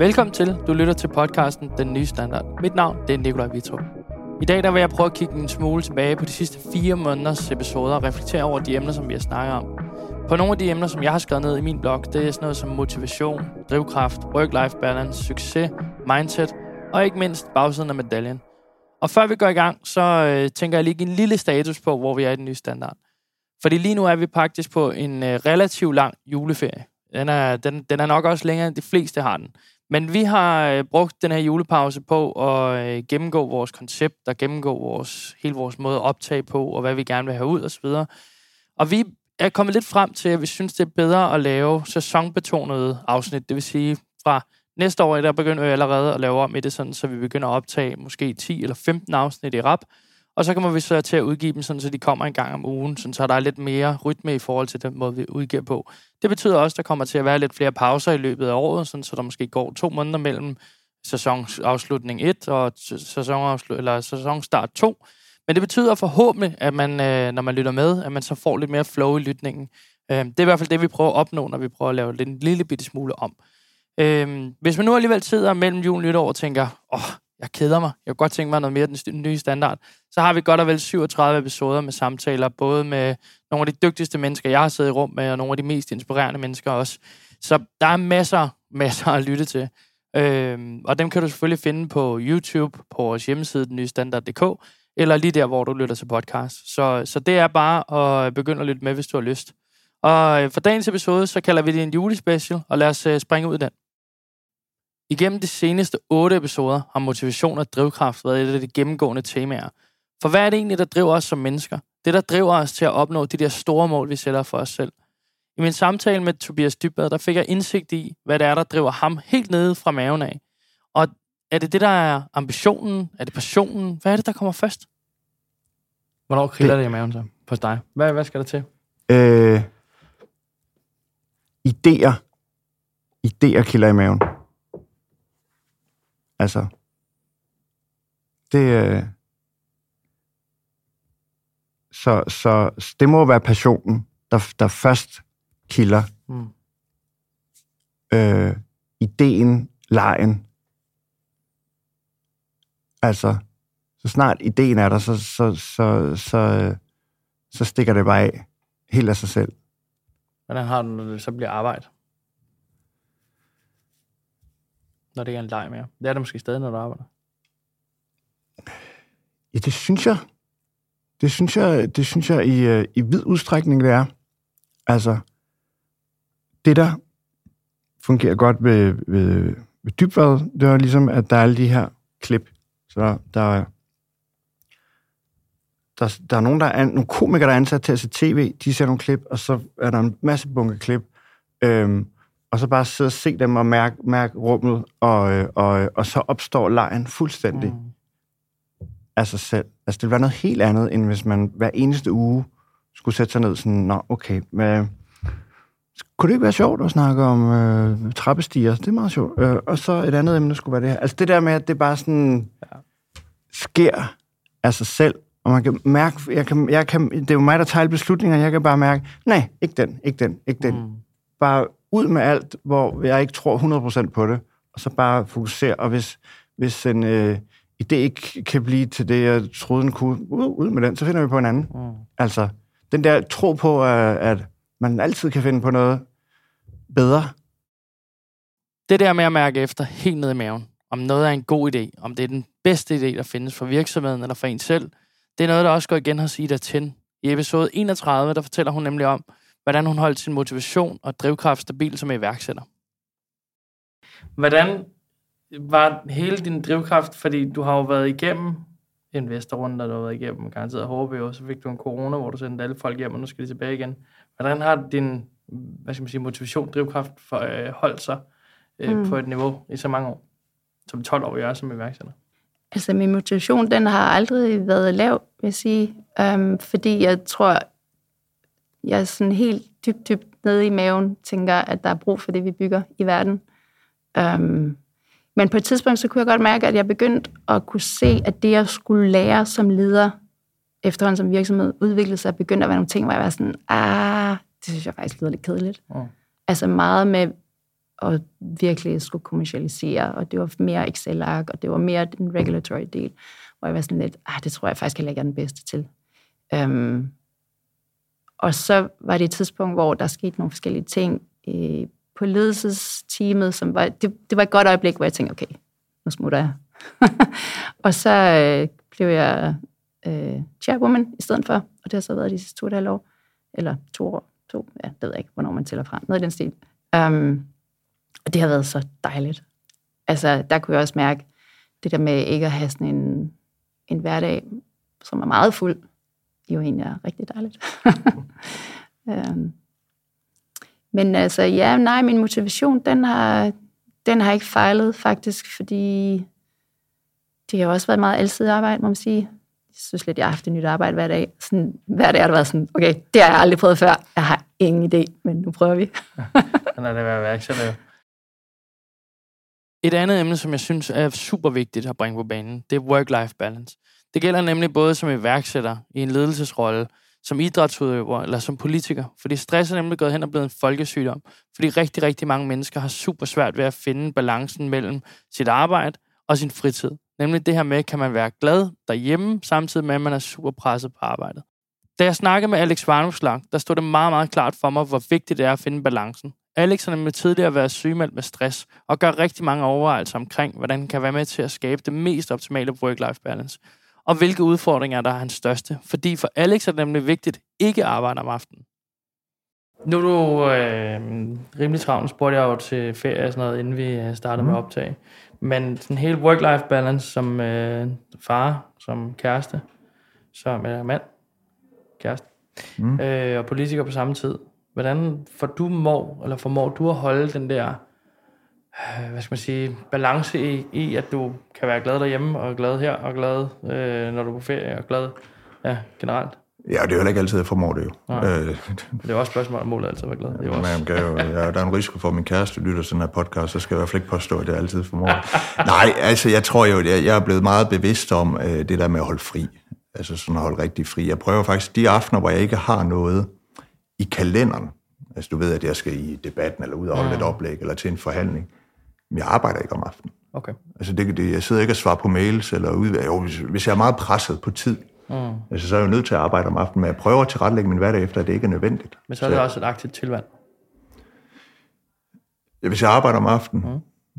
Velkommen til. Du lytter til podcasten Den Nye Standard. Mit navn det er Nikolaj Vitrup. I dag der vil jeg prøve at kigge en smule tilbage på de sidste 4 måneders episoder og reflektere over de emner, som vi har snakket om. På nogle af de emner, som jeg har skrevet ned i min blog, det er sådan noget som motivation, drivkraft, work-life balance, succes, mindset og ikke mindst bagsiden af medaljen. Og før vi går i gang, så tænker jeg lige en lille status på, hvor vi er i Den Nye Standard. Fordi lige nu er vi faktisk på en relativt lang juleferie. Den er nok også længere, end de fleste har den. Men vi har brugt den her julepause på at gennemgå vores koncept, og gennemgå hele vores måde at optage på, og hvad vi gerne vil have ud, osv. Og vi er kommet lidt frem til, at vi synes, det er bedre at lave sæsonbetonede afsnit. Det vil sige, fra næste år, der begynder vi allerede at lave om i det, sådan, så vi begynder at optage måske 10 eller 15 afsnit i rap. Og så kommer vi så til at udgive dem, sådan, så de kommer en gang om ugen, sådan, så der er lidt mere rytme i forhold til den måde, vi udgiver på. Det betyder også, at der kommer til at være lidt flere pauser i løbet af året, sådan, så der måske går 2 måneder mellem sæsonafslutning 1 og sæsonstart 2. Men det betyder forhåbentlig, at man, når man lytter med, at man så får lidt mere flow i lytningen. Det er i hvert fald det, vi prøver at opnå, når vi prøver at lave en lille bitte smule om. Hvis man nu alligevel sidder mellem jul og nytår og tænker, jeg keder mig, jeg kunne godt tænke mig noget mere af Den Nye Standard, så har vi godt og vel 37 episoder med samtaler, både med nogle af de dygtigste mennesker, jeg har siddet i rum med, og nogle af de mest inspirerende mennesker også. Så der er masser at lytte til. Og dem kan du selvfølgelig finde på YouTube, på vores hjemmeside, dennyestandard.dk, eller lige der, hvor du lytter til podcast. Så det er bare at begynde at lytte med, hvis du har lyst. Og for dagens episode, så kalder vi det en julespecial, og lad os springe ud i den. Igennem de seneste 8 episoder har motivation og drivkraft været et af de gennemgående temaer. For hvad er det egentlig, der driver os som mennesker? Det, der driver os til at opnå de der store mål, vi sætter for os selv. I min samtale med Tobias Dybvad, der fik jeg indsigt i, hvad det er, der driver ham helt nede fra maven af. Og er det det, der er ambitionen? Er det passionen? Hvad er det, der kommer først? Hvornår kriller det i maven så hos dig? Hvad skal der til? Idéer kilder i maven. Altså, så det må være passionen, der først kilder. Ideen, lejen. Altså, så snart ideen er der, så stikker det bare af. Helt af sig selv. Hvordan har du, når det så bliver arbejde? Når det ikke er en leg mere. Det er det måske stadig, når du arbejder. Ja, det synes jeg i vid udstrækning, det er. Altså, det der fungerer godt ved Dybvad, det er ligesom, at der er alle de her klip. Så der er nogle komikere, der er ansat til at se tv, de ser nogle klip, og så er der en masse bunke klip. Og så bare sidde og se dem og mærke rummet, og så opstår lejen fuldstændig af sig selv. Altså, det vil være noget helt andet, end hvis man hver eneste uge skulle sætte sig ned sådan, okay, men kunne det ikke være sjovt at snakke om trappestiger? Det er meget sjovt. Og så et andet emne skulle være det her. Altså, det der med, at det bare sådan sker af sig selv, og man kan mærke, det er jo mig, der tager beslutninger, jeg kan bare mærke, nej, ikke den. Bare ud med alt, hvor jeg ikke tror 100% på det, og så bare fokusere, og hvis en idé ikke kan blive til det, jeg troede, den kunne, ud med den, så finder vi på en anden. Altså, den der tro på, at man altid kan finde på noget bedre. Det der med at mærke efter helt ned i maven, om noget er en god idé, om det er den bedste idé, der findes for virksomheden eller for en selv, det er noget, der også går igen hos Ida Tind. I episode 31, der fortæller hun nemlig om, hvordan hun holdt sin motivation og drivkraft stabil som iværksætter. Hvordan var hele din drivkraft, fordi du har jo været igennem investorrunden, der du har været igennem garanteret HB, så fik du en corona, hvor du sendte alle folk hjem, og nu skal de tilbage igen. Hvordan har din motivation, drivkraft holdt sig på et niveau i så mange år, som 12 år jeg er som iværksætter? Altså min motivation, den har aldrig været lav, vil jeg sige, fordi jeg tror, jeg er sådan helt dybt nede i maven, tænker, at der er brug for det, vi bygger i verden. Men på et tidspunkt, så kunne jeg godt mærke, at jeg begyndte at kunne se, at det, jeg skulle lære som leder, efterhånden som virksomhed udviklede sig, begyndte at være nogle ting, hvor jeg var sådan, det synes jeg faktisk lyder lidt kedeligt. Altså meget med og virkelig skulle kommercialisere, og det var mere Excel-ark, og det var mere den regulatory del, hvor jeg var sådan lidt, det tror jeg faktisk heller ikke er den bedste til. Og så var det et tidspunkt, hvor der skete nogle forskellige ting på ledelsesteamet, som var, det var et godt øjeblik, hvor jeg tænkte, okay, nu smutter jeg. Og så blev jeg chairwoman i stedet for, og det har så været de sidste 2,5 år, eller 2 år, det ved jeg ikke, hvornår man tæller frem, noget i den stil. Og det har været så dejligt. Altså, der kunne jeg også mærke det der med ikke at have sådan en hverdag, som er meget fuld, jo egentlig er rigtig dejligt. Men altså, min motivation, den har ikke fejlet faktisk, fordi det har også været meget alsidigt arbejde, må man sige. Jeg synes lidt, jeg har haft et nyt arbejde hver dag. Sådan, hver dag har det været sådan, okay, det har jeg aldrig prøvet før. Jeg har ingen idé, men nu prøver vi. Lad det være værksætter. Et andet emne, som jeg synes er super vigtigt at bringe på banen, det er work-life balance. Det gælder nemlig både som iværksætter i en ledelsesrolle, som idrætsudøver eller som politiker. Fordi stress er nemlig gået hen og blevet en folkesygdom. Fordi rigtig, rigtig mange mennesker har super svært ved at finde balancen mellem sit arbejde og sin fritid. Nemlig det her med, kan man være glad derhjemme, samtidig med, at man er super presset på arbejdet. Da jeg snakkede med Alex Vanopslagh, der stod det meget, meget klart for mig, hvor vigtigt det er at finde balancen. Alex har nemlig tidligere været sygemeldt med stress, og gør rigtig mange overvejelser omkring, hvordan han kan være med til at skabe det mest optimale work-life balance. Og hvilke udfordringer der er hans største. Fordi for Alex er det nemlig vigtigt ikke at arbejde om aftenen. Nu er du rimelig travlt, spurgte jeg jo til ferie og sådan noget, inden vi startede med optag. Men sådan hele work-life balance som far, som kæreste, som mand, kæreste, og politiker på samme tid. Hvordan formår du at holde den der, balance i, at du kan være glad derhjemme, og glad her, og glad, når du er på ferie, og glad, generelt? Ja, det er jo heller ikke altid, jeg formår det jo. Det er jo også spørgsmål om målet altid at være glad. Det er der er en risiko for, at min kæreste lytter til den her podcast, så skal jeg i hvert fald ikke påstå, at det altid formår. Nej, altså jeg tror jo, jeg er blevet meget bevidst om det der med at holde fri. Altså sådan at holde rigtig fri. Jeg prøver faktisk de aftener, hvor jeg ikke har noget i kalenderen. Altså du ved, at jeg skal i debatten, eller ud og holde et oplæg, eller til en forhandling. Men jeg arbejder ikke om aftenen. Okay. Altså jeg sidder ikke og svarer på mails, eller hvis jeg er meget presset på tid, altså, så er jeg jo nødt til at arbejde om aftenen, men jeg prøver at tilrettelægge min hverdag efter, at det ikke er nødvendigt. Men så er det også et aktivt tilvalg? Ja, hvis jeg arbejder om aftenen?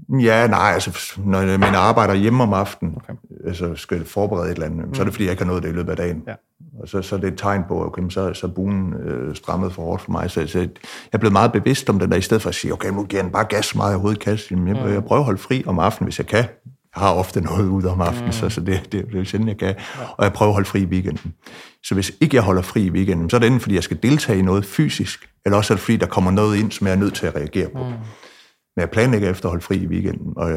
Når jeg arbejder hjemme om aftenen, altså skal jeg forberede et eller andet, så er det fordi, jeg ikke har nået det i løbet af dagen. Ja. Og så er det et tegn på, okay, så er buen strammet for hårdt for mig. Så jeg er blevet meget bevidst om det der, i stedet for at sige, okay, nu giver jeg bare gas meget i hovedet kast. Jeg prøver at holde fri om aftenen, hvis jeg kan. Jeg har ofte noget ude om aftenen, så det er sjældent, jeg kan. Og jeg prøver at holde fri i weekenden. Så hvis ikke jeg holder fri i weekenden, så er det enten, fordi jeg skal deltage i noget fysisk, eller også er det, fordi der kommer noget ind, som jeg er nødt til at reagere på. Men jeg planlægger efter at holde fri i weekenden, og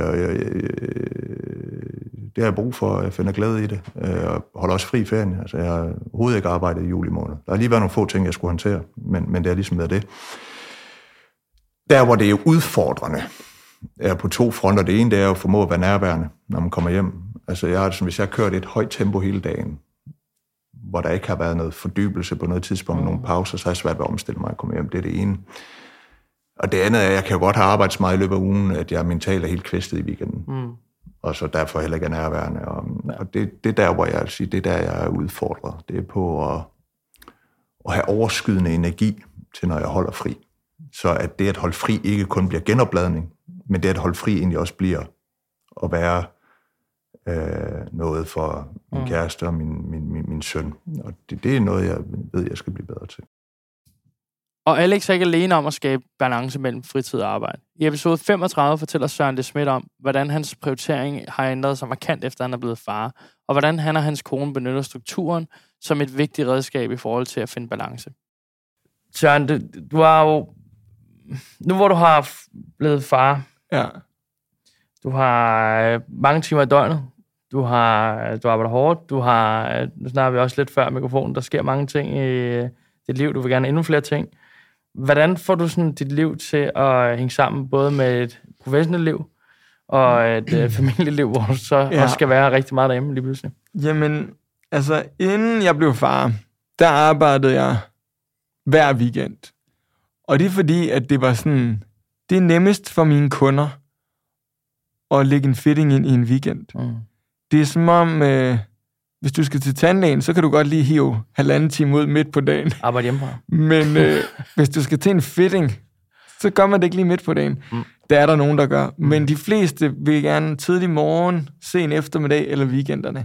det har jeg brug for, at jeg finder glæde i det. Jeg holder også fri i ferien. Altså, jeg har overhovedet ikke arbejdet i juli måned. Der har lige været nogle få ting, jeg skulle håndtere, men det er ligesom været det. Der, hvor det er udfordrende, er på 2 fronter. Det ene, det er at formå at være nærværende, når man kommer hjem. Altså, hvis jeg har kørt et højt tempo hele dagen, hvor der ikke har været noget fordybelse på noget tidspunkt, nogle pauser, så er det svært ved at omstille mig at komme hjem. Det er det ene. Og det andet er, at jeg kan jo godt have arbejdet så meget i løbet af ugen, at jeg mentalt er helt kvæstet i weekenden. Og så derfor heller ikke er nærværende. Og det er der, hvor jeg vil sige, det er der, jeg er udfordret. Det er på at have overskydende energi til, når jeg holder fri. Så at det at holde fri ikke kun bliver genopladning, men det at holde fri egentlig også bliver at være noget for min kæreste og min søn. Og det er noget, jeg ved, jeg skal blive bedre til. Og Alex er ikke alene om at skabe balance mellem fritid og arbejde. I episode 35 fortæller Søren De Smidt om, hvordan hans prioritering har ændret sig markant, efter han er blevet far, og hvordan han og hans kone benytter strukturen som et vigtigt redskab i forhold til at finde balance. Søren, du har jo... Nu hvor du har blevet far, du har mange timer i døgnet, du arbejder hårdt, nu snakker vi også lidt før mikrofonen, der sker mange ting i dit liv, du vil gerne endnu flere ting. Hvordan får du sådan dit liv til at hænge sammen, både med et professionelt liv og et familieliv, hvor du så også skal være rigtig meget derhjemme lige pludselig? Jamen, altså inden jeg blev far, der arbejdede jeg hver weekend. Og det er fordi, at det var sådan det er nemmest for mine kunder at lægge en fitting ind i en weekend. Det er som om, hvis du skal til tandlægen, så kan du godt lige hive 1,5 time ud midt på dagen. Arbejde hjemmefra. Men hvis du skal til en fitting, så gør man det ikke lige midt på dagen. Det er der nogen, der gør. Men de fleste vil gerne tidlig morgen, sen eftermiddag eller weekenderne.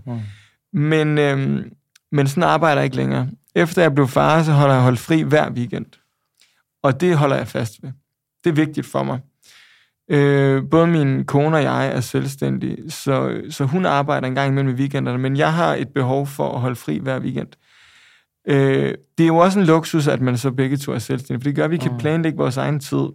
Men sådan arbejder jeg ikke længere. Efter jeg blev far, så holder jeg holdt fri hver weekend. Og det holder jeg fast ved. Det er vigtigt for mig. Både min kone og jeg er selvstændige, så hun arbejder en gang imellem i weekenderne, men jeg har et behov for at holde fri hver weekend. Det er jo også en luksus, at man så begge to er selvstændige, for det gør, at vi kan planlægge vores egen tid.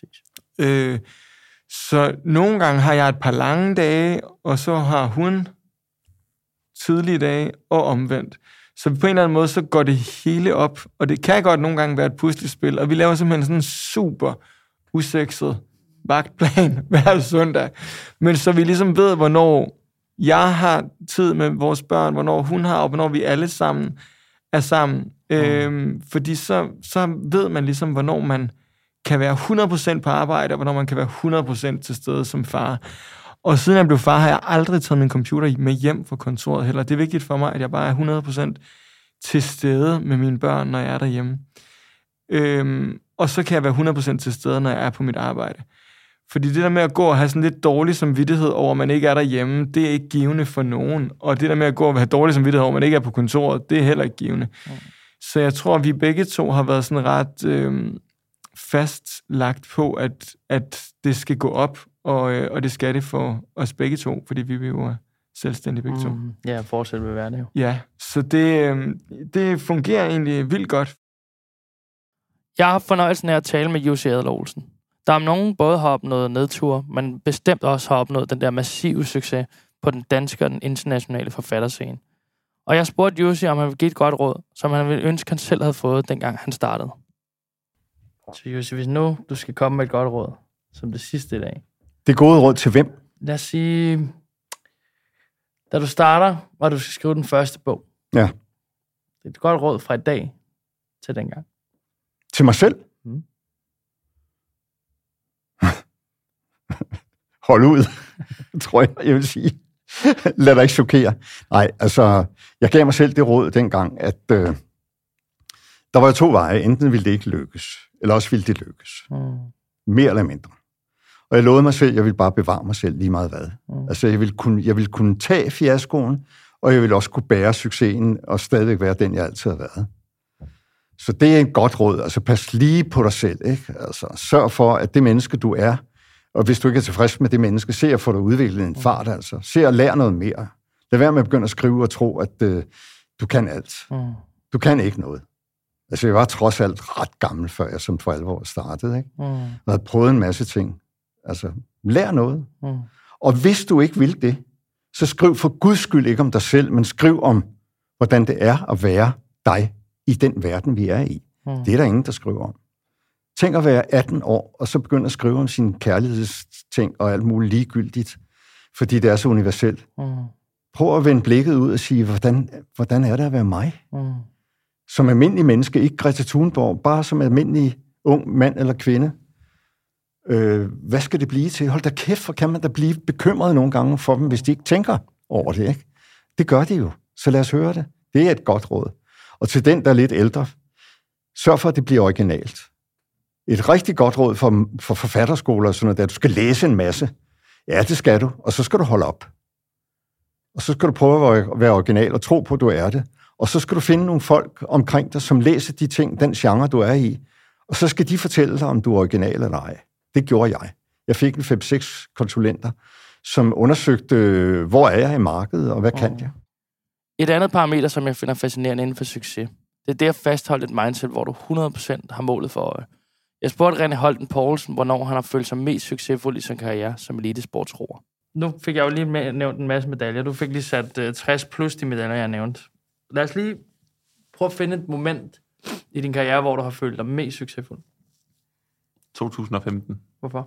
Så nogle gange har jeg et par lange dage, og så har hun tidlige dage og omvendt. Så på en eller anden måde, så går det hele op, og det kan godt nogle gange være et puslespil, og vi laver simpelthen sådan en super usekset vagtplan hver søndag. Men så vi ligesom ved, hvornår jeg har tid med vores børn, hvornår hun har, og hvornår vi alle sammen er sammen. Fordi så ved man ligesom, hvornår man kan være 100% på arbejde, og hvornår man kan være 100% til stede som far. Og siden jeg blev far, har jeg aldrig taget min computer med hjem fra kontoret heller. Det er vigtigt for mig, at jeg bare er 100% til stede med mine børn, når jeg er derhjemme. Og så kan jeg være 100% til stede, når jeg er på mit arbejde. Fordi det der med at gå og have sådan lidt dårlig samvittighed over, at man ikke er derhjemme, det er ikke givende for nogen. Og det der med at gå og have dårlig samvittighed over, at man ikke er på kontoret, det er heller ikke givende. Så jeg tror, at vi begge to har været sådan ret fastlagt på, at det skal gå op, og det skal det for os begge to, fordi vi jo er selvstændige begge to. Ja, fortsætte med hverdag. Ja, så det fungerer egentlig vildt godt. Jeg har fornøjelsen af at tale med Jussi Adler-Olsen. Der er nogen både har opnået nedtur, men bestemt også har opnået den der massive succes på den danske og den internationale forfatterscene. Og jeg spurgte Jussi, om han ville give et godt råd, som han ville ønske, han selv havde fået, dengang han startede. Så Jussi, hvis nu du skal komme med et godt råd, som det sidste i dag. Det gode råd til hvem? Lad os sige, da du starter, og du skal skrive den første bog. Ja. Det er et godt råd fra i dag til dengang. Til mig selv? Hold ud, tror jeg vil sige. Lad dig ikke chokere. Nej, altså, jeg gav mig selv det råd dengang, at der var 2 veje. Enten ville det ikke lykkes, eller også ville det lykkes. Mere eller mindre. Og jeg lovede mig selv, at jeg ville bare bevare mig selv lige meget hvad. Altså, jeg ville kunne tage fiaskoen, og jeg ville også kunne bære succesen, og stadigvæk være den, jeg altid har været. Så det er et godt råd. Altså, pas lige på dig selv, ikke? Altså, sørg for, at det menneske, du er, og hvis du ikke er tilfreds med det menneske, se at få dig udviklet en fart, altså. Se at lære noget mere. Lad være med at begynde at skrive og tro, at du kan alt. Du kan ikke noget. Altså, jeg var trods alt ret gammel, før jeg som for alvor startede, ikke? Jeg havde prøvet en masse ting. Altså, lær noget. Og hvis du ikke vil det, så skriv for Guds skyld ikke om dig selv, men skriv om, hvordan det er at være dig i den verden, vi er i. Det er der ingen, der skriver om. Tænk at være 18 år, og så begynde at skrive om sine kærlighedsting og alt muligt ligegyldigt, fordi det er så universelt. Prøv at vende blikket ud og sige, hvordan er det at være mig? Som almindelig menneske, ikke Greta Thunberg, bare som almindelig ung mand eller kvinde. Hvad skal det blive til? Hold da kæft, for kan man da blive bekymret nogle gange for dem, hvis de ikke tænker over det, ikke? Det gør de jo, så lad os høre det. Det er et godt råd. Og til den, der er lidt ældre, sørg for, at det bliver originalt. Et rigtig godt råd for forfatterskoler og sådan noget, at du skal læse en masse. Ja, det skal du, og så skal du holde op. Og så skal du prøve at være original og tro på, at du er det. Og så skal du finde nogle folk omkring dig, som læser de ting, den genre, du er i. Og så skal de fortælle dig, om du er original eller ej. Det gjorde jeg. Jeg fik en 5-6 konsulenter, som undersøgte, hvor er jeg i markedet, og hvad kan jeg? Et andet parameter, som jeg finder fascinerende inden for succes, det er det at fastholde et mindset, hvor du 100% har målet for øje. Jeg spurgte René Holten Poulsen, hvornår han har følt sig mest succesfuld i sin karriere som elitesportsroer. Nu fik jeg jo lige nævnt en masse medaljer. Du fik lige sat 60 plus de medaljer, jeg nævnte. Lad os lige prøve at finde et moment i din karriere, hvor du har følt dig mest succesfuld. 2015. Hvorfor?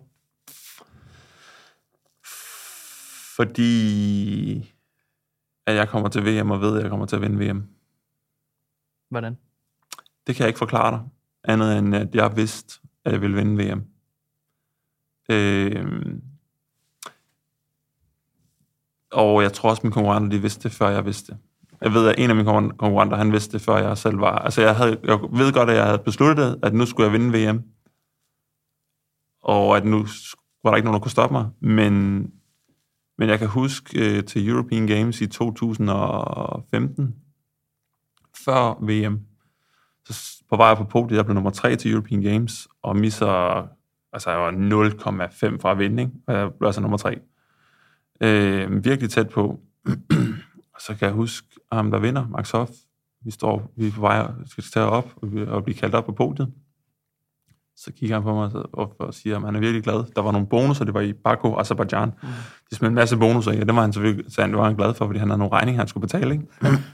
Fordi at jeg kommer til VM og ved, at jeg kommer til at vinde VM. Hvordan? Det kan jeg ikke forklare dig, andet end at jeg vidste, at jeg ville vinde VM. Og jeg tror også, mine konkurrenter, de vidste det, før jeg vidste det. Jeg ved, at en af mine konkurrenter, han vidste det, før jeg selv var. Altså, jeg ved godt, at jeg havde besluttet, at nu skulle jeg vinde VM. Og at nu var der ikke nogen, der kunne stoppe mig. Men jeg kan huske til European Games i 2015, før VM, så på vej på podiet, jeg blev nummer 3 til European Games, og misser, altså jeg var 0,5 fra at vinde, ikke? Og jeg blev altså nummer 3. Virkelig tæt på. Og så kan jeg huske, ham der vinder, Max Hoff, vi er på vej, skal tage op og blive kaldt op på podiet. Så kigger han på mig og siger, at han er virkelig glad. Der var nogle bonusser, det var i Baku, Azerbaijan. De smed en masse bonusser i, og det var han selvfølgelig, så det var han glad for, fordi han havde nogle regninger, han skulle betale, ikke?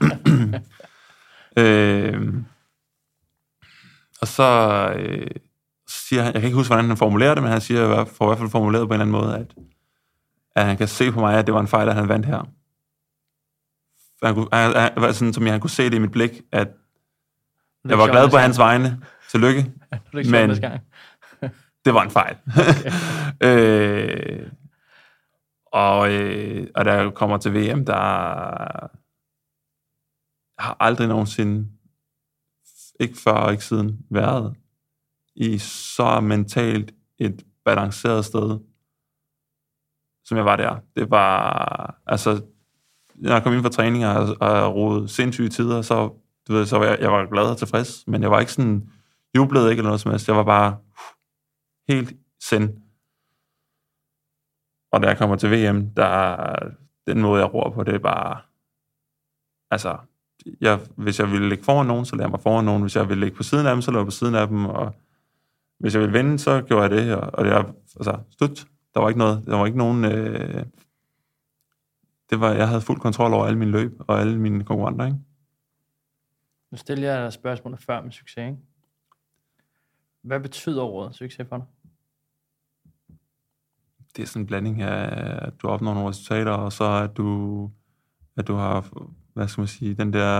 Og så siger han, jeg kan ikke huske, hvordan han formulerer det, men han siger, for i hvert fald formuleret på en eller anden måde, at han kan se på mig, at det var en fejl, at han vandt her. Han, sådan, som han kunne se det i mit blik, at jeg var glad på hans vegne. Tillykke. Men det var en fejl. Okay. Og da jeg kommer til VM, der har aldrig nogensinde, ikke før og ikke siden, været i så mentalt et balanceret sted, som jeg var der. Det var, altså, når jeg kom ind for træning og roede sindssyge tider, så var jeg var glad og tilfreds, men jeg var ikke sådan jublede ikke eller noget som helst. Jeg var bare helt zen. Og da jeg kommer til VM, den måde, jeg roer på, det er bare, altså, hvis jeg ville ligge foran nogen, så lader jeg mig foran nogen. Hvis jeg ville ligge på siden af dem, så lader jeg på siden af dem. Og hvis jeg ville vinde, så gjorde jeg det. Og det er, altså, slut. Der var ikke noget, der var ikke nogen, jeg havde fuld kontrol over alle mine løb og alle mine konkurrenter, ikke? Nu stiller jeg dig spørgsmålet før med succes, ikke? Hvad betyder ordet succes for dig? Det er sådan en blanding af, at du opnår nogle resultater, og så at du har, hvad skal man sige, den der,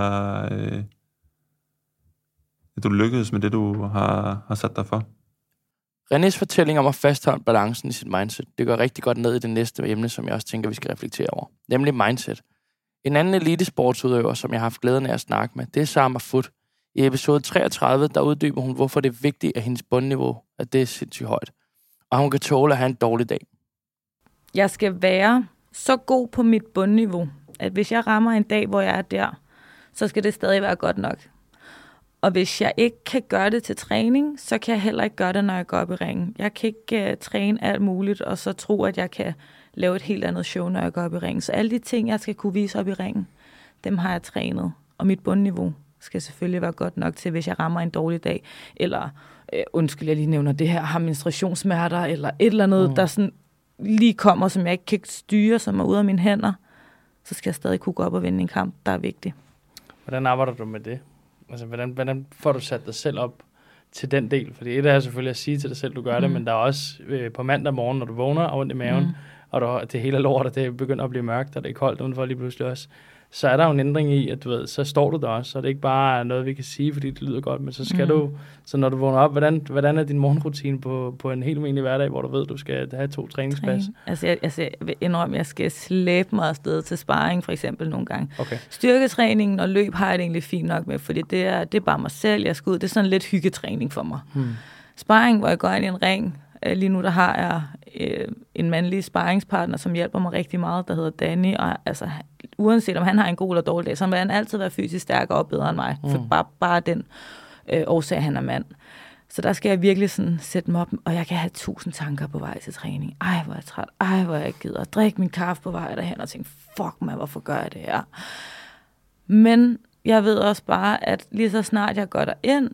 at du lykkedes med det, du har sat dig for. Renés fortælling om at fastholde balancen i sit mindset, det går rigtig godt ned i det næste emne, som jeg også tænker, vi skal reflektere over. Nemlig mindset. En anden elitesportsudøver, som jeg har haft glæden af at snakke med, det er Sarah Mahfoud. I episode 33, der uddyber hun, hvorfor det er vigtigt, at hendes bundniveau at det er sindssygt højt. Og hun kan tåle at have en dårlig dag. Jeg skal være så god på mit bundniveau, at hvis jeg rammer en dag, hvor jeg er der, så skal det stadig være godt nok. Og hvis jeg ikke kan gøre det til træning, så kan jeg heller ikke gøre det, når jeg går op i ringen. Jeg kan ikke træne alt muligt, og så tro, at jeg kan lave et helt andet show, når jeg går op i ringen. Så alle de ting, jeg skal kunne vise op i ringen, dem har jeg trænet. Og mit bundniveau skal selvfølgelig være godt nok til, hvis jeg rammer en dårlig dag. Eller, undskyld, jeg lige nævner det her, har menstruationssmerter, eller et eller andet, der sådan lige kommer, som jeg ikke kan styre, som er ude af mine hænder. Så skal jeg stadig kunne gå op og vinde en kamp, der er vigtig. Hvordan arbejder du med det? Altså, hvordan får du sat dig selv op til den del? Fordi et er selvfølgelig at sige til dig selv, du gør det, men der er også på mandag morgen, når du vågner og ondt i maven, og det hele er lort, og det begynder at blive mørkt, og det er koldt udenfor lige pludselig også, så er der jo en ændring i, at du ved, så står du der også, så det er ikke bare noget, vi kan sige, fordi det lyder godt, men så skal du, så når du vågner op, hvordan er din morgenrutine på en helt almindelig hverdag, hvor du ved, du skal have 2 træningspas? Altså, jeg vil indrømme, at jeg skal slæbe mig afsted til sparring, for eksempel nogle gange. Okay. Styrketræningen og løb har jeg det egentlig fint nok med, fordi det er bare mig selv, jeg skal ud. Det er sådan lidt hyggetræning for mig. Sparring, hvor jeg går ind i en ring. Lige nu der har jeg en mandlig sparringspartner, som hjælper mig rigtig meget, der hedder Danny, og altså, uanset om han har en god eller dårlig dag, så vil han altid være fysisk stærkere og bedre end mig, for bare den årsag, han er mand. Så der skal jeg virkelig sådan sætte mig op, og jeg kan have 1000 tanker på vej til træning. Ej, hvor er jeg træt. Ej, hvor er jeg gider. Drikke min kaffe på vej derhen og tænke, fuck man, hvorfor gør jeg det her? Men jeg ved også bare, at lige så snart jeg går derind,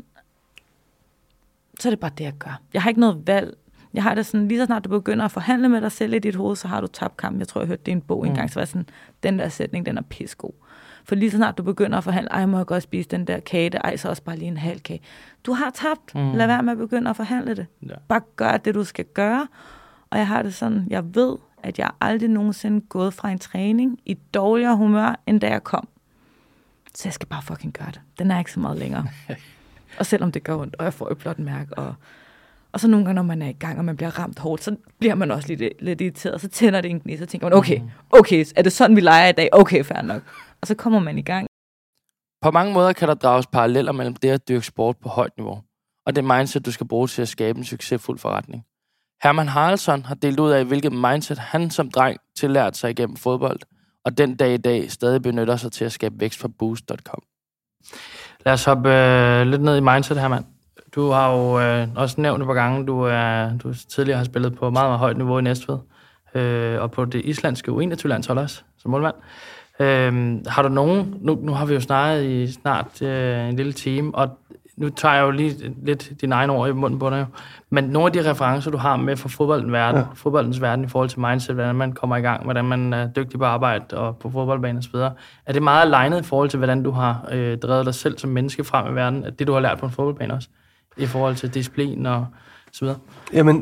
så er det bare det, jeg gør. Jeg har ikke noget valg. Jeg har det sådan, lige så snart du begynder at forhandle med dig selv i dit hoved, så har du tabt kampen. Jeg tror, jeg hørte det i en bog engang, så var sådan, den der sætning, den er pissegod. For lige så snart du begynder at forhandle, ej, må jeg godt spise den der kage, ej, så også bare lige en halv kage. Du har tabt. Lad være med at begynde at forhandle det. Ja. Bare gør det, du skal gøre. Og jeg har det sådan, jeg ved, at jeg aldrig nogensinde gået fra en træning i dårligere humør, end da jeg kom. Så jeg skal bare fucking gøre det. Den er ikke så meget længere. Og selvom det gør ondt, og jeg får et blåt mærke, Og så nogle gange, når man er i gang, og man bliver ramt hårdt, så bliver man også lidt irriteret. Så tænder det en gnist, så tænker man, okay, er det sådan, vi leger i dag? Okay, fair nok. Og så kommer man i gang. På mange måder kan der drages paralleller mellem det at dyrke sport på højt niveau, og det mindset, du skal bruge til at skabe en succesfuld forretning. Herman Haraldsson har delt ud af, hvilket mindset han som dreng tillært sig igennem fodbold, og den dag i dag stadig benytter sig til at skabe vækst for Boost.com. Lad os hoppe lidt ned i mindset, Herman. Du har jo også nævnt et par gange, du tidligere har spillet på meget, meget højt niveau i Næstved, og på det islandske U21-landshold også, som målmand. Har du nogen, nu har vi jo snakket i snart en lille time, og nu tager jeg jo lige lidt dine egne ord i munden på dig, men nogle af de referencer, du har med fra fodboldens verden i forhold til mindset, hvordan man kommer i gang, hvordan man er dygtig på arbejde og på fodboldbanen osv., er det meget alignet i forhold til, hvordan du har drevet dig selv som menneske frem i verden, det du har lært på en fodboldbane også, i forhold til disciplin og så videre? Jamen,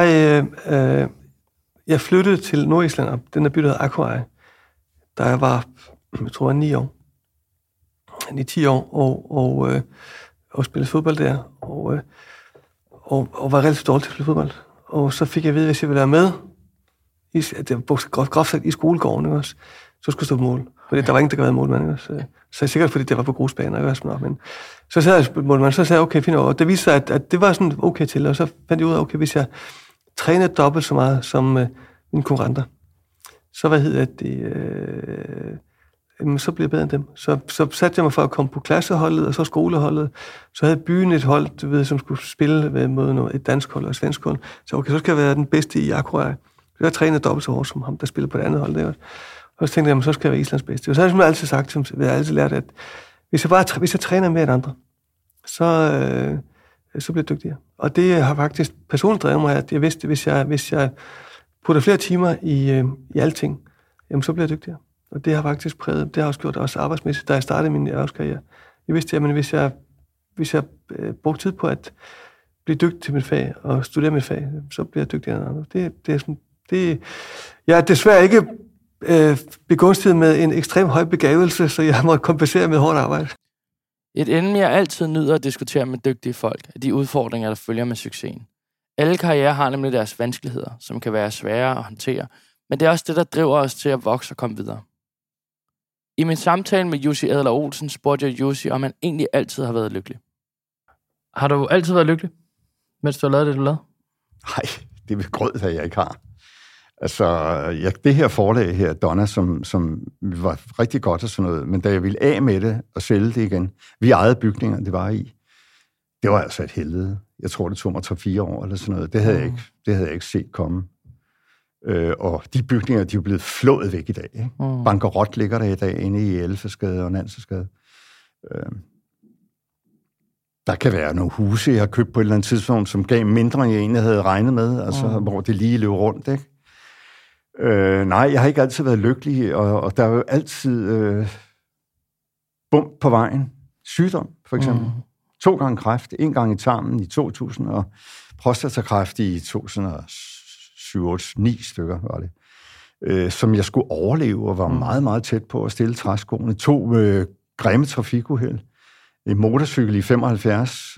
jeg flyttede til Nordisland, og den er byttet af Akureyri, da jeg var, jeg tror, 9 år. 10 år, og spillede fodbold der, og var relativt dårlig til at spille fodbold. Og så fik jeg at vide, hvis jeg ville være med, det var groft sagt i skolegården, ikke også, så skulle jeg stå på mål. Fordi der var ingen, der kunne være målmand, ikke også. Så jeg sikkert, fordi det var på grusbaner, ikke også. Men så sad jeg på målmand, så sagde jeg, okay, fint over. Og det viste sig, at det var sådan okay til, og så fandt jeg ud af, okay, hvis jeg trænede dobbelt så meget som mine konkurrenter, så så blev jeg bedre end dem. Så satte jeg mig for at komme på klasseholdet, og så skoleholdet. Så havde byen et hold, som skulle spille mod et dansk hold og et svensk hold. Så okay, så skal jeg være den bedste i Akureyri. Så jeg trænede dobbelt så hårdt som ham, der spiller på det andet hold der. Og så tænkte jeg, så skal jeg være Islands bedste. Og så har jeg altid sagt, jeg har altid lært, at hvis jeg træner mere end andre, så bliver jeg dygtigere. Og det har faktisk personligt drevet mig, at jeg vidste, hvis jeg putter flere timer i alting, jamen så bliver jeg dygtigere. Og det har faktisk præget, det har også gjort også arbejdsmæssigt, da jeg startede min erhvervskarriere. Jeg vidste, at hvis jeg brugte tid på at blive dygtig til mit fag og studere mit fag, så bliver jeg dygtigere end andre. Jeg er desværre ikke begunstiget med en ekstrem høj begavelse, så jeg må kompensere med hårdt arbejde. Et emne, jeg altid nyder at diskutere med dygtige folk, er de udfordringer, der følger med succesen. Alle karrierer har nemlig deres vanskeligheder, som kan være svære at håndtere, men det er også det, der driver os til at vokse og komme videre. I min samtale med Jussi Adler Olsen spurgte jeg Jussi, om han egentlig altid har været lykkelig. Har du altid været lykkelig, mens du har lavet det, du lavede? Nej, det er ved grød, at jeg ikke har. Altså, det her forlag her, Donna, som var rigtig godt og sådan noget, men da jeg ville af med det og sælge det igen, vi ejede bygninger, det var i, det var altså et helvede. Jeg tror, det tog mig 3-4 år eller sådan noget. Det havde jeg ikke set komme. Og de bygninger, de er jo blevet flået væk i dag. Ikke? Bankerot ligger der i dag inde i Elfesgade og Nansensgade. Der kan være nogle huse, jeg har købt på et eller andet tidspunkt, som gav mindre, end jeg egentlig havde regnet med, altså hvor det lige løb rundt. Ikke? Nej, jeg har ikke altid været lykkelig, og der er jo altid bump på vejen. Sygdom, for eksempel. 2 gange kræft, 1 gang i tarmen i 2000, og prostatakræft i 2007-9 stykker, var det. Som jeg skulle overleve, og var meget, meget tæt på at stille træskoene. 2 grimme trafikuheld. En motorcykel i 75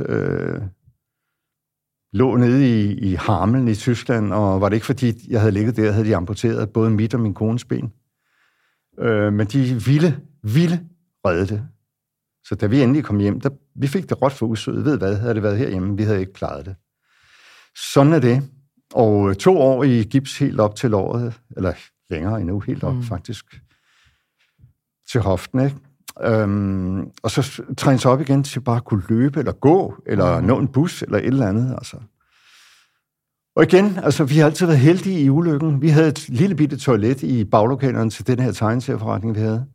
lå nede i Hameln i Tyskland, og var det ikke fordi, jeg havde ligget der, havde de amputeret både mit og min kones ben. Men de ville redde det. Så da vi endelig kom hjem, vi fik det råt for usødet. Ved hvad, havde det været herhjemme, vi havde ikke klaret det. Sådan er det. Og 2 år i gips helt op til låret, eller længere endnu, helt op faktisk, til hoften, ikke? Og så trænes op igen til bare at kunne løbe, eller gå, eller nå en bus, eller et eller andet, altså. Og igen, altså, vi har altid været heldige i ulykken. Vi havde et lille bitte toilet i baglokalerne til den her tegneserieforretning, vi havde.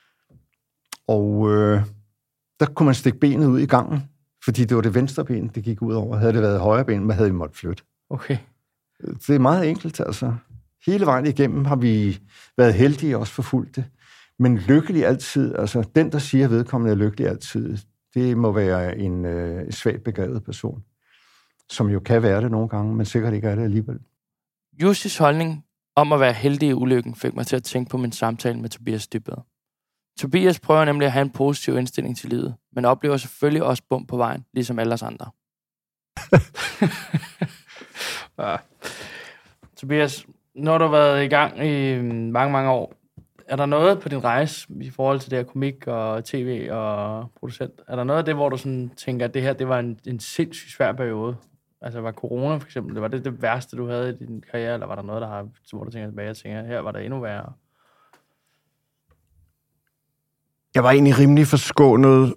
Og der kunne man stikke benet ud i gangen, fordi det var det venstre ben, det gik ud over. Havde det været højre ben, man havde måttet flytte. Okay. Det er meget enkelt, altså. Hele vejen igennem har vi været heldige og også forfulgt det. Men lykkelig altid, altså den, der siger, at vedkommende er lykkelig altid, det må være en svagt begavet person, som jo kan være det nogle gange, men sikkert ikke er det alligevel. Jussis holdning om at være heldig i ulykken fik mig til at tænke på min samtale med Tobias Dybvad. Tobias prøver nemlig at have en positiv indstilling til livet, men oplever selvfølgelig også bump på vejen, ligesom alle os andre. Ja. Tobias, når du har været i gang i mange, mange år, er der noget på din rejse i forhold til det her komik og tv og producent? Er der noget af det, hvor du sådan tænker, at det her det var en sindssygt svær periode? Altså var corona for eksempel, det var det værste, du havde i din karriere, eller var der noget, hvor du tænker tilbage og tænker, her var der endnu værre? Jeg var egentlig rimelig forskånet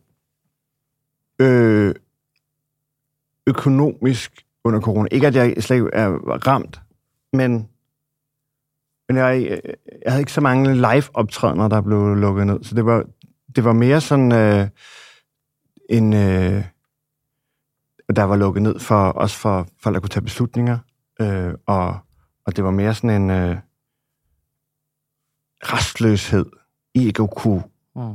økonomisk under corona. Ikke, at jeg slet er ramt, men jeg havde ikke så mange live-optrædener, der blev lukket ned. Så det var mere sådan der var lukket ned for folk, der kunne tage beslutninger. Og det var mere sådan en restløshed i ikke at kunne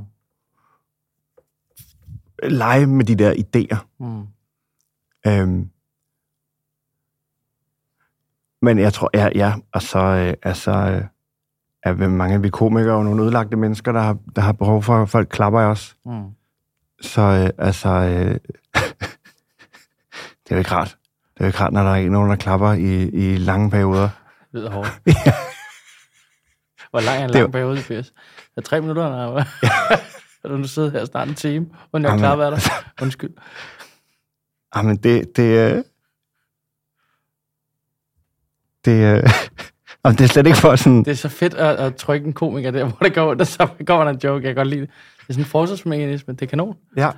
lege med de der idéer. Men jeg tror, og så er mange af vi komikere og nogle ødelagte mennesker, der har behov for, at folk klapper af os. Så det er jo ikke rart. Det er jo ikke rart, når der er ikke nogen, der klapper i lange perioder. Det lyder hårdt. Hvor lang er en lang periode, Tobias? Er 3 minutter, eller eller du sidder her snart en time, og jeg klapper af dig? Undskyld. Jamen, det er slet ikke for sådan... Det er så fedt at trykke en komiker der, hvor det går under, så kommer der en joke. Jeg kan godt lide det. Det er sådan en forsvarsmekanisme. Det er kanon. Ja.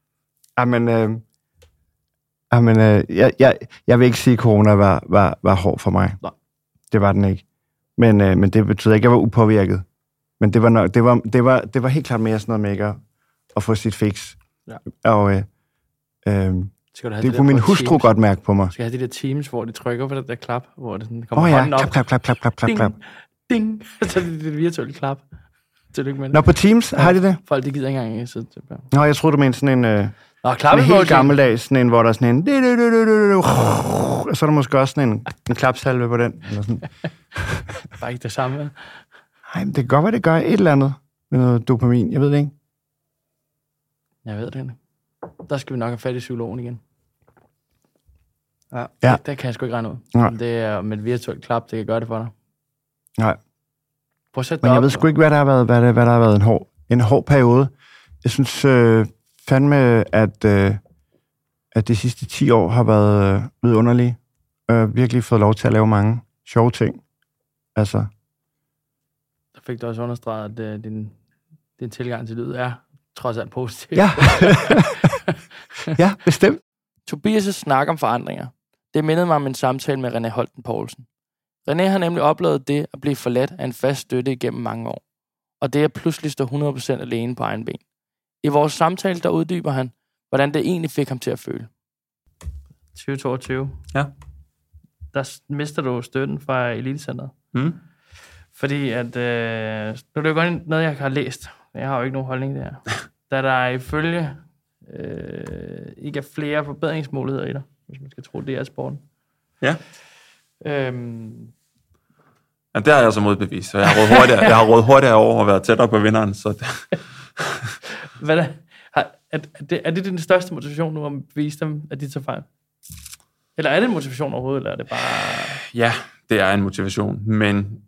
Jeg vil ikke sige, at corona var hård for mig. Nej. Det var den ikke. Men det betyder ikke, at jeg var upåvirket. Men det var helt klart mere sådan noget med ikke at få sit fix. Ja. Og det kunne min hustru godt mærke på mig. Skal jeg have de der teams, hvor de trykker på det der klap, hvor det sådan kommer hånden op. Klap. Ding, ding. Så det er det virtuelle klap. Tillykke med det. Nå, på Teams har de det? Folk, de gider ikke engang sidde til. Nå, jeg troede, du mente sådan en... en helt gammeldags, sådan en, hvor der er sådan en... Og så er der måske også sådan en klapsalve på den. Eller sådan. Bare ikke det samme. Nej, men det kan godt være, det gør et eller andet med noget dopamin. Jeg ved det ikke. Jeg ved det ikke. Der skal vi nok have fat i psykologen igen. Ja. Det kan jeg sgu ikke regne ud. Nej. Det er med et virtuelt klap, det kan gøre det for dig. Nej. Prøv at sætte Men jeg op, ved sgu ikke, hvad der har været en hård periode. Jeg synes fandme, at de sidste 10 år har været vidunderlige. Virkelig fået lov til at lave mange sjove ting. Altså. Der fik du også understreget, at din tilgang til lyd er trods alt positiv. Ja. Ja, bestemt. Tobias' snak om forandringer. Det mindede mig om en samtale med René Holten Poulsen. René har nemlig oplevet det at blive forladt af en fast støtte igennem mange år. Og det at pludselig stå 100% alene på egen ben. I vores samtale, der uddyber han, hvordan det egentlig fik ham til at føle. 2022. Ja. Der mister du støtten fra Elitecentret. Fordi at... nu er det jo godt noget, jeg har læst. Jeg har jo ikke nogen holdning der. Da der ifølge ikke er flere forbedringsmuligheder i dig, hvis man skal tro, det er sporten. Ja. Ja, det har jeg så modbevist, så jeg har råd hurtigere over at være tættere på vinderen. Så det. Er det din største motivation nu, at bevise dem, at de tager fejl? Eller er det en motivation overhovedet, eller er det bare... Ja, det er en motivation, men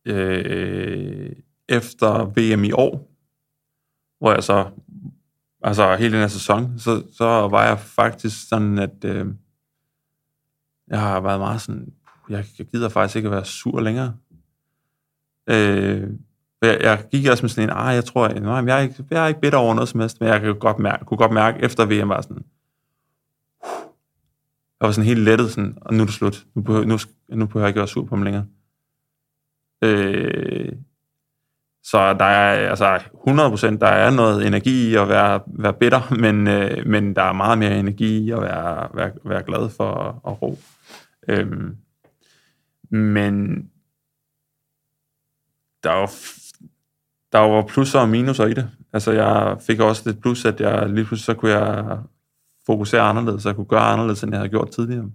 efter VM i år, hvor jeg så, altså hele den her sæson, så var jeg faktisk sådan, at jeg har været meget sådan, jeg gider faktisk ikke at være sur længere. Jeg gik også med sådan en, jeg tror, jeg er ikke bitter over noget som helst, men jeg kunne godt mærke efter VM var sådan, jeg var sådan helt lettet, sådan, og nu er det slut. Nu behøver jeg ikke være sur på dem længere. Så der er altså 100%, der er noget energi i at være bitter, men der er meget mere energi i at være glad for at ro. Men der var plusser og minuser i det. Altså jeg fik også lidt plus, at jeg lige pludselig så kunne jeg fokusere anderledes, så jeg kunne gøre anderledes, end jeg havde gjort tidligere.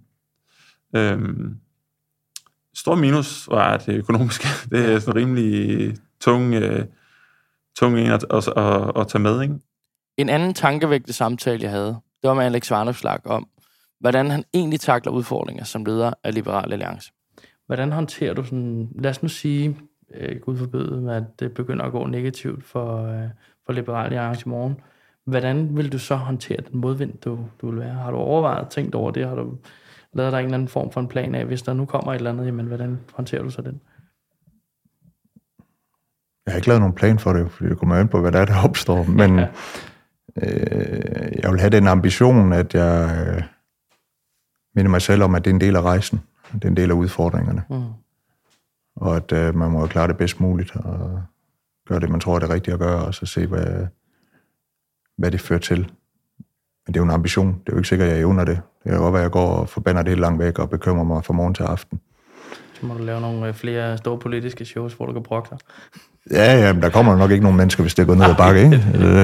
Stor minus var det økonomiske. Det er sådan rimelig tung en at tage med, ikke? En anden tankevægtende samtale, jeg havde, det var med Alex Vanopslagh om, hvordan han egentlig takler udfordringer som leder af Liberal Alliance. Hvordan håndterer du sådan, lad os nu sige, Gud forbyde, at det begynder at gå negativt for Liberal Alliance i morgen. Hvordan vil du så håndtere den modvind, du vil være? Har du overvejet, tænkt over det? Har du lavet dig en eller anden form for en plan af, hvis der nu kommer et eller andet, jamen hvordan håndterer du så den? Jeg har ikke lavet nogen plan for det, fordi det kommer an på, hvad der opstår, men jeg vil have den ambition, at jeg minder mig selv om, at det er en del af rejsen, det er en del af udfordringerne, og at man må klare det bedst muligt, og gøre det, man tror er det rigtige at gøre, og så se, hvad det fører til. Men det er jo en ambition, det er jo ikke sikkert, at jeg evner det. Det kan godt være, at jeg går og forbander det helt langt væk, og bekymrer mig fra morgen til aften. Så må du lave nogle flere store politiske shows, hvor du kan brokke dig. Ja, men der kommer nok ikke nogen mennesker, hvis det er gået ned ad bakke, ikke?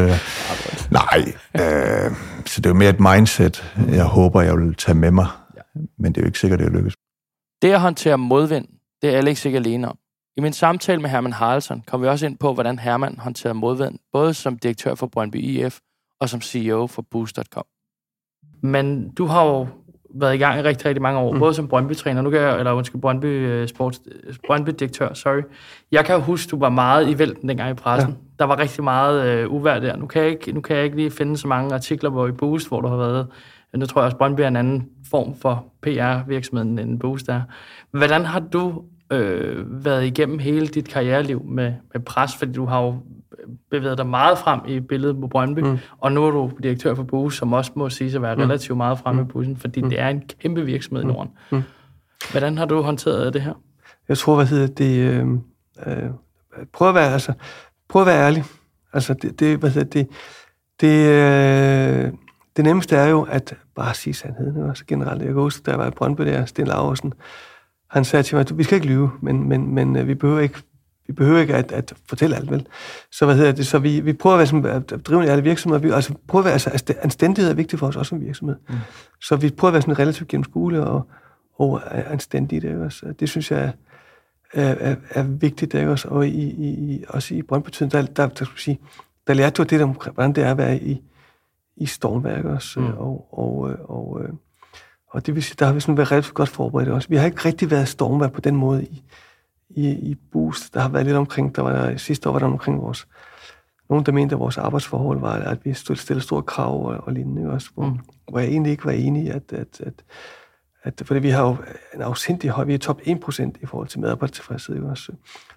Så det er jo mere et mindset, jeg håber, jeg vil tage med mig. Men det er jo ikke sikkert, det lykkes. Det at håndtere modvind, det er Alex ikke alene om. I min samtale med Herman Haraldsson kom vi også ind på, hvordan Herman håndterede modvind, både som direktør for Brøndby IF og som CEO for Boost.com. Men du har jo været i gang i rigtig, rigtig mange år, både som Brøndby-træner, Brøndby-direktør, sorry. Jeg kan jo huske, du var meget i vælten dengang i pressen. Ja. Der var rigtig meget uvejr der. Nu kan jeg ikke lige finde så mange artikler hvor i Boost, hvor du har været. Nu tror jeg også, Brøndby er en anden form for PR-virksomheden end Boost er. Hvordan har du været igennem hele dit karriereliv med pres, fordi du har jo bevæget dig meget frem i billedet på Brøndby, og nu er du direktør for Boost, som også må sige at være relativt meget fremme i bussen, fordi det er en kæmpe virksomhed i Norden. Hvordan har du håndteret det her? Jeg tror, prøv at være ærlig. Altså, det nemmeste er jo at bare sige sandheden. Også generelt, jeg kan huske, da jeg var i Brøndby der, Sten Laursen, han sagde til mig, vi skal ikke lyve, men vi behøver ikke at fortælle alt, vel? Så vi prøver at være sådan, at drive en ærlig virksomhed. Altså prøver at være, anstændighed er vigtigt for os også som virksomhed. Så vi prøver at være sådan relativt gennemskuelige og anstændige, det også. Det synes jeg er vigtigt, det også. Og også i Brøndby-tiden, der lærte du det om, hvordan det er at være i stormværk også. Og det vil sige, der har vi sådan været rigtig godt forberedt også. Vi har ikke rigtig været stormværk på den måde i Boost. Der har været lidt omkring, sidste år var der omkring nogen, der mente, at vores arbejdsforhold var, at vi stillede store krav og lignende også, hvor jeg egentlig ikke var enig i, at fordi vi har jo en afsindig høj, vi er top 1% i forhold til medarbejdertilfredshed også.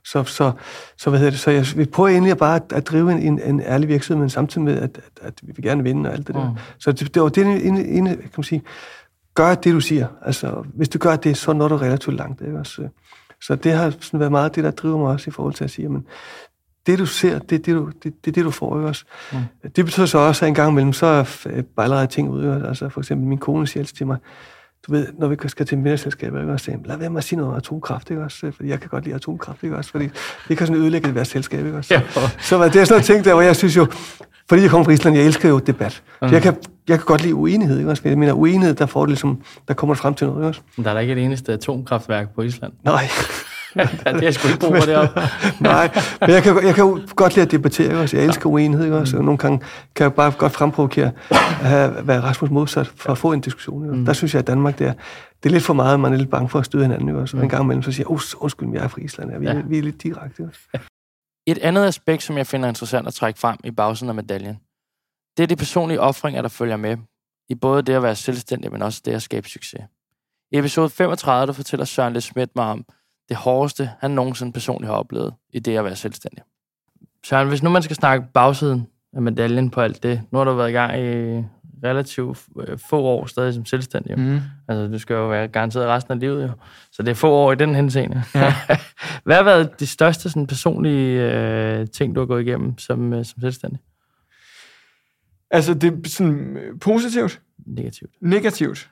Så vi prøver egentlig bare at drive en ærlig virksomhed, men samtidig med, at vi vil gerne vinde og alt det der. Så det var det kan man sige, gør det, du siger. Altså, hvis du gør det, så når du relativt langt. Ikke? Også, så det har sådan været meget det, der driver mig også i forhold til at sige, men det, du ser, det er det, du får. Ikke? Også. Det betyder så også, at en gang imellem, så er allerede ting ude. Altså, for eksempel min kone siger til mig, du ved, når vi skal til middagsselskaber, ikke? Også, lad være med at sige noget om atomkraft, ikke? Også, fordi jeg kan godt lide atomkraft, ikke? Også, fordi det kan sådan ødelægge et hvert selskab. Ikke? Også. Så det er sådan noget ting der, hvor jeg synes jo, fordi jeg kommer fra Island, jeg elsker jo debat. Så jeg kan godt lide uenighed, ikke? Også, jeg mener, uenighed, der får det ligesom, der kommer frem til noget. Ikke? Også. Men der er da ikke et eneste atomkraftværk på Island. Nej. Det er sgu ikke brug for deroppe. Nej, men jeg kan jo godt lide at debattere, også. Jeg elsker uenighed, ikke? Også. Nogle gange kan jeg bare godt fremprovokere at være Rasmus modsat for at få en diskussion. Ikke? Der synes jeg, at Danmark, det er lidt for meget, man er lidt bange for at støde hinanden. Ikke? Også. En gang imellem så siger jeg, undskyld, jeg er fra Island. Vi er lidt direkte. Ikke? Et andet aspekt, som jeg finder interessant at trække frem i bagsiden af medaljen, det er de personlige ofringer, der følger med i både det at være selvstændig, men også det at skabe succes. I episode 35, der fortæller Søren Le Schmidt mig om det hårdeste, han nogensinde personligt har oplevet i det at være selvstændig. Søren, hvis nu man skal snakke bagsiden af medaljen på alt det, nu har du været i gang i relativt få år stadig som selvstændig. Altså, du skal jo være garanteret resten af livet, jo. Så det er få år i den henseende. Ja. Hvad har været de største sådan, personlige ting, du har gået igennem som selvstændig? Altså, det er sådan positivt? Negativt.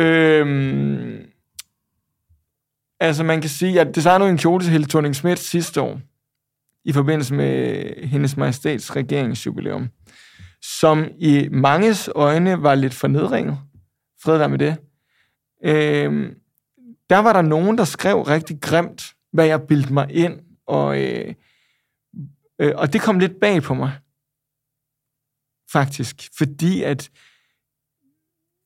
Altså, man kan sige, at jeg designede en kjole til Helle Thorning-Schmidt sidste år, i forbindelse med hendes majestæts regeringsjubilæum, som i manges øjne var lidt fornedringet. Fred være med det. Der var der nogen, der skrev rigtig grimt, hvad jeg bildte mig ind, og det kom lidt bag på mig, faktisk. Fordi at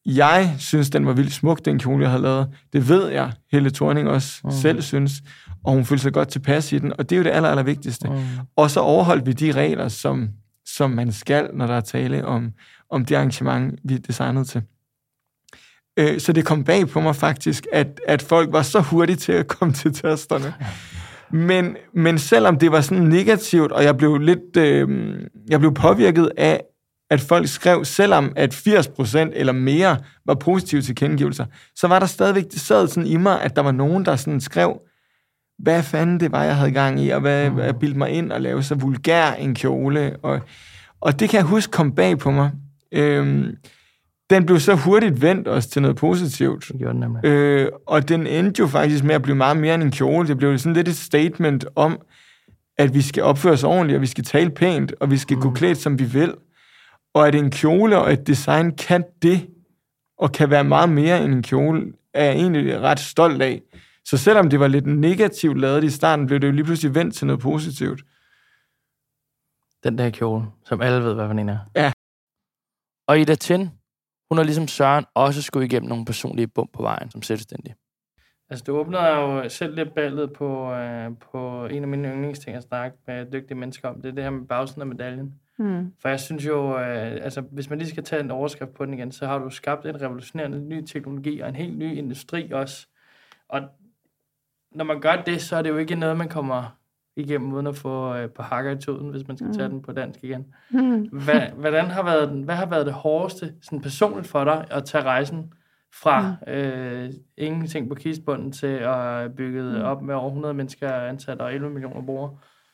Jeg synes, den var vildt smuk, den kjole, jeg havde lavet. Det ved jeg, Helle Thorning også selv synes, og hun følte sig godt tilpas i den, og det er jo det aller vigtigste. Og så overholdt vi de regler, som man skal, når der er tale om det arrangement, vi er designet til. Så det kom bag på mig faktisk, at folk var så hurtige til at komme til testerne. Men selvom det var sådan negativt, og jeg blev påvirket af, at folk skrev, selvom at 80% eller mere var positive tilkendegivelser, så var der stadigvæk, det sad sådan i mig, at der var nogen, der sådan skrev, hvad fanden det var, jeg havde gang i, og hvad bildte mig ind og lave så vulgær en kjole. Og det kan jeg huske kom bag på mig. Den blev så hurtigt vendt også til noget positivt. Og den endte jo faktisk med at blive meget mere end en kjole. Det blev sådan lidt et statement om, at vi skal opføre os ordentligt, og vi skal tale pænt, og vi skal gå klædt, som vi vil. Og at en kjole og et design kan det, og kan være meget mere end en kjole, er jeg egentlig ret stolt af. Så selvom det var lidt negativt lavet i starten, blev det jo lige pludselig vendt til noget positivt. Den der kjole, som alle ved, hvad for en er. Ja. Og Ida Tind, hun har ligesom Søren også skulle igennem nogle personlige bump på vejen som selvstændig. Altså, du åbnede jo selv lidt ballet på en af mine yndlingsting at snakke med dygtige mennesker om. Det er det her med bagsiden af medaljen. For jeg synes jo, altså, hvis man lige skal tage en overskrift på den igen, så har du skabt en revolutionerende ny teknologi og en helt ny industri også. Og når man gør det, så er det jo ikke noget, man kommer igennem uden at få på hakker i tuden, hvis man skal tage den på dansk igen. Hvad har været det hårdeste sådan personligt for dig at tage rejsen fra ingenting på kistbunden til at bygge op med over 100 mennesker ansat og 11 millioner brugere?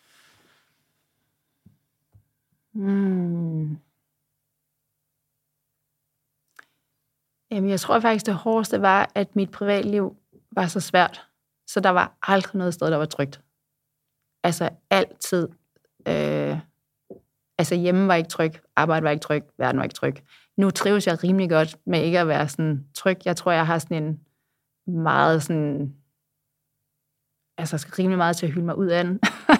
Jamen, jeg tror faktisk, det hårdeste var, at mit privatliv var så svært, så der var aldrig noget sted, der var trygt. Altså altid. Altså hjemme var ikke tryg, arbejde var ikke tryg, verden var ikke tryg. Nu trives jeg rimelig godt med ikke at være sådan tryg. Jeg tror, jeg har sådan en meget sådan... Altså, jeg skal rimelig meget til at hylde mig ud af den.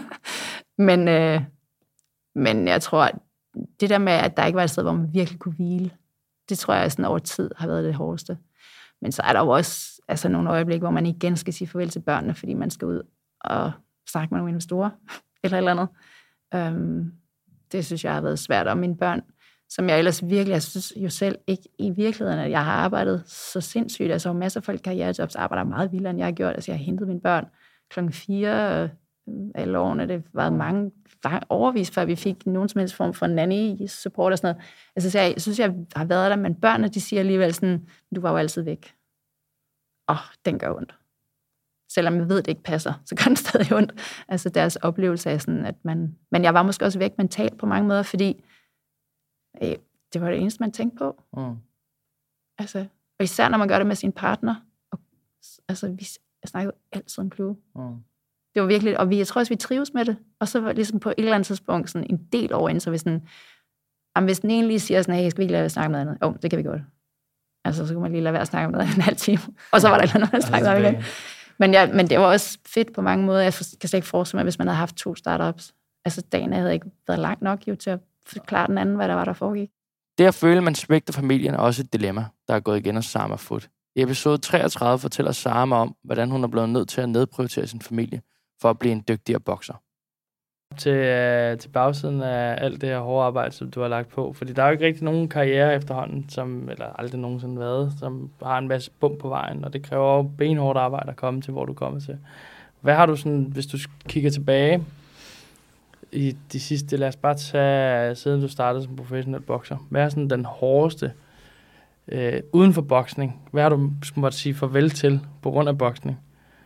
Men jeg tror, at det der med, at der ikke var et sted, hvor man virkelig kunne hvile, det tror jeg sådan over tid har været det hårdeste. Men så er der jo også altså, nogle øjeblikke, hvor man igen skal sige farvel til børnene, fordi man skal ud og snakke med nogle investorer, eller andet. Det synes jeg har været svært. Og mine børn, som jeg ellers virkelig, jeg synes jo selv ikke i virkeligheden, at jeg har arbejdet så sindssygt. Altså, masser af folk karrierejobs arbejder meget vildere, end jeg har gjort. Altså, jeg har hentet mine børn 4:00 alle årene. Det var mange overvis, før vi fik nogen som helst form for nanny-support og sådan noget. Altså, så jeg synes, jeg har været der, men børnene, de siger alligevel sådan, du var jo altid væk. Den gør ondt. Selvom jeg ved, det ikke passer, så gør den stadig ondt. Altså, deres oplevelse er sådan, at man... Men jeg var måske også væk mentalt på mange måder, fordi det var det eneste, man tænkte på. Altså, og især, når man gør det med sin partner. Og, altså, vi snakker jo altid om Clue. Det var virkelig... Og jeg tror også, vi trives med det. Og så var det ligesom på et eller andet tidspunkt sådan en del over ind, så hvis den egentlig siger sådan, hey, skal vi ikke lade være at snakke med noget andet? Det kan vi godt. Altså, så kunne man lige lade være at snakke om noget en halv time. Og så var der et eller andet, at snakke om igen. Men det var også fedt på mange måder. Jeg kan slet ikke forestille mig, hvis man havde haft 2 startups. Altså, dagen havde ikke været langt nok jo, til at forklare den anden, hvad der var, der foregik. Det at føle, at man svigter familien, er også et dilemma, der er gået igen hos Sama Foot. I episode 33 fortæller Sama om, hvordan hun er blevet nødt til at nedprioritere sin familie, for at blive en dygtigere bokser. Til bagsiden af alt det her hårde arbejde, som du har lagt på. Fordi der er jo ikke rigtig nogen karriere efterhånden, eller aldrig nogensinde været, som har en masse bump på vejen, og det kræver jo benhårdt arbejde at komme til, hvor du kommer til. Hvad har du sådan, hvis du kigger tilbage i de sidste, lad os bare tage, siden du startede som professionel bokser, hvad er sådan den hårdeste uden for boksning? Hvad har du måtte sige farvel til på grund af boksning?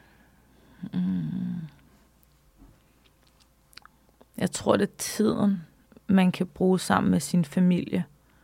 Jeg tror, det er tiden, man kan bruge sammen med sin familie.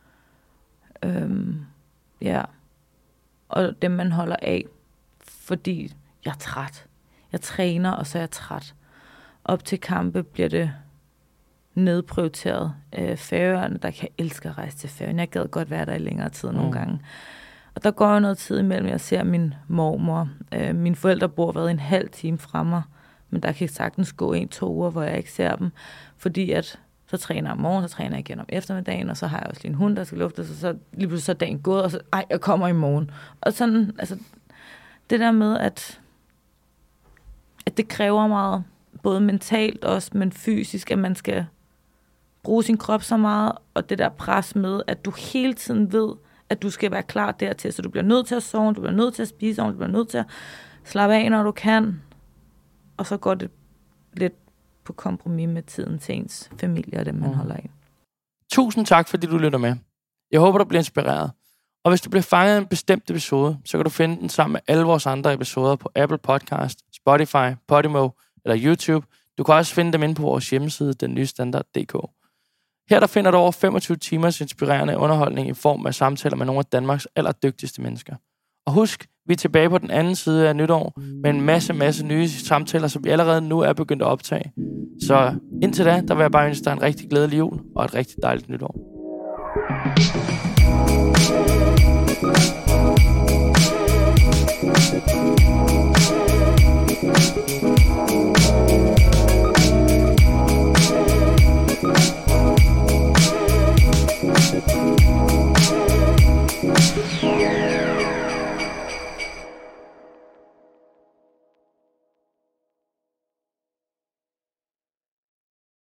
Og dem, man holder af. Fordi jeg er træt. Jeg træner, og så er jeg træt. Op til kampe bliver det nedprioriteret. Færøerne, der kan elske at rejse til Færøerne. Jeg gad godt være der i længere tid nogle gange. Og der går jo noget tid imellem. Jeg ser min mormor. Mine forældre bor været en halv time fra mig. Men der kan sagtens gå 1-2 uger, hvor jeg ikke ser dem. Fordi at Så træner jeg om morgenen, så træner jeg igen om eftermiddagen, og så har jeg også lige en hund, der skal luftes, og så lige pludselig så er dagen gået, og så, jeg kommer i morgen. Og sådan, altså, det der med, at det kræver meget, både mentalt også, men fysisk, at man skal bruge sin krop så meget, og det der pres med, at du hele tiden ved, at du skal være klar dertil, så du bliver nødt til at sove, du bliver nødt til at spise, du bliver nødt til at slappe af, når du kan, og så går det lidt på kompromis med tiden til ens familie og det, man holder af. Tusind tak, fordi du lytter med. Jeg håber, du bliver inspireret. Og hvis du bliver fanget af en bestemt episode, så kan du finde den sammen med alle vores andre episoder på Apple Podcast, Spotify, Podimo eller YouTube. Du kan også finde dem inde på vores hjemmeside, dennystandard.dk. Her der finder du over 25 timers inspirerende underholdning i form af samtaler med nogle af Danmarks allerdygtigste mennesker. Og husk, vi er tilbage på den anden side af nytår med en masse nye samtaler, som vi allerede nu er begyndt at optage. Så indtil da, der vil jeg bare ønske dig en rigtig glædelig jul og et rigtig dejligt nytår.